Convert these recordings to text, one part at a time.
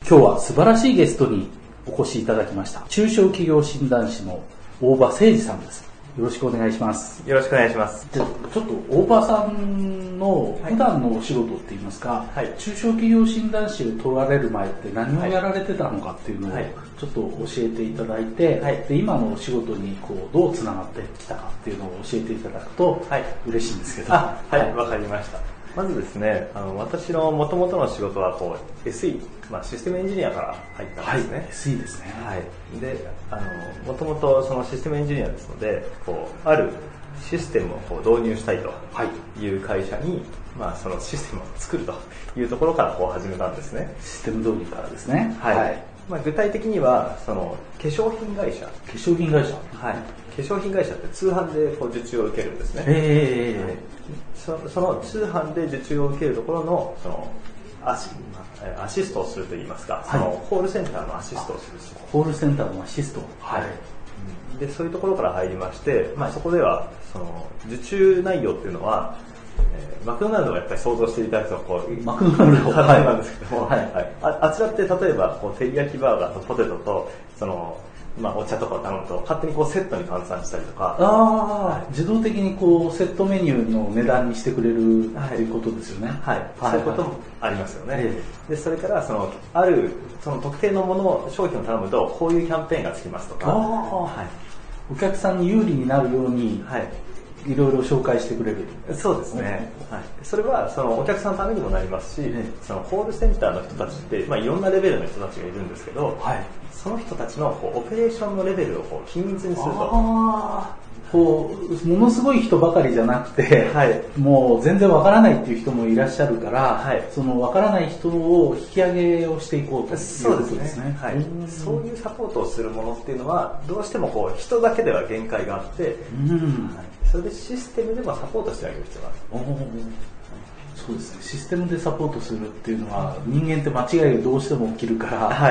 今日は素晴らしいゲストにお越しいただきました。中小企業診断士の大場誠二さんです。よろしくお願いします。 よろしくお願いします。 ちょっと大場さんの普段のお仕事って言いますか、はい、中小企業診断士を取られる前って何をやられてたのかっていうのをちょっと教えていただいて、はい、で今のお仕事にどうつながってきたかっていうのを教えていただくと嬉しいんですけど。 はい、わかりました。まずですね、私の元々の仕事はSE、システムエンジニアから入ったんですね。 はい、SE ですね。 はい。で、元々そのシステムエンジニアですので、あるシステムを導入したいという会社に、そのシステムを作るというところから始めたんですね。 システム導入からですね。 はい。はい、具体的には、化粧品会社。 化粧品会社。 はい。化粧品会社って通販で受注を受けるんですね。はい、その通販で受注を受けるところのアシストをするといいますか、そのコールセンターのアシストをする。 コールセンターのアシスト。 はい。でそういうところから入りまして、そこでは受注内容っていうのは、マクドナルドをやっぱり想像していただくとマクドナルドなんですけども、あちらって例えば照り焼きバーガーとポテトとお茶とかを頼むと勝手にセットに換算したりとか、 自動的にセットメニューの値段にしてくれるということですよね。 はい、そういうこともありますよね。でそれからある特定のもの商品を頼むとこういうキャンペーンがつきますとか、 お客さんに有利になるように、いろいろ紹介してくれる。 そうですね。はい。それはお客さんのためにもなりますし、コールセンターの人たちっていろんなレベルの人たちがいるんですけど、その人たちのオペレーションのレベルを緊密にすると。 ものすごい人ばかりじゃなくて、もう全然わからないっていう人もいらっしゃるから、そのわからない人を引き上げをしていこうということですね。 そういうサポートをするものっていうのはどうしても人だけでは限界があって、それでシステムでもサポートしてあげる必要がある。 そうですね。システムでサポートするっていうのは、人間って間違いがどうしても起きるから、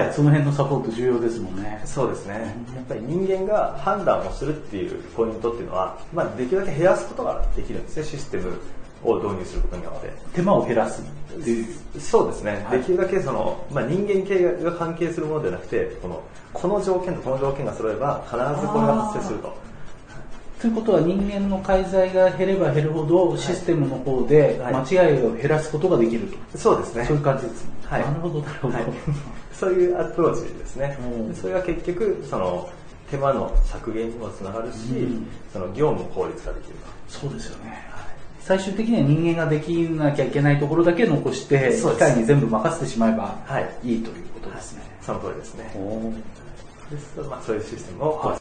その辺のサポート重要ですもんね。 そうですね。やっぱり人間が判断をするっていうポイントっていうのは、できるだけ減らすことができるんですね。システムを導入することによって。 手間を減らすっていう。 そうですね。できるだけ人間系が関係するものではなくて、この条件とこの条件が揃えば必ずこれが発生すると。 ということは人間の介在が減れば減るほどシステムの方で間違いを減らすことができると。 そうですね。 そういう感じですね。なるほど、なるほど。 そういうアプローチですね。それが結局手間の削減にもつながるし、業務効率化できると。 そうですよね。最終的には人間ができなきゃいけないところだけ残して機械に全部任せてしまえばいいということですね。 その通りですね。そういうシステムを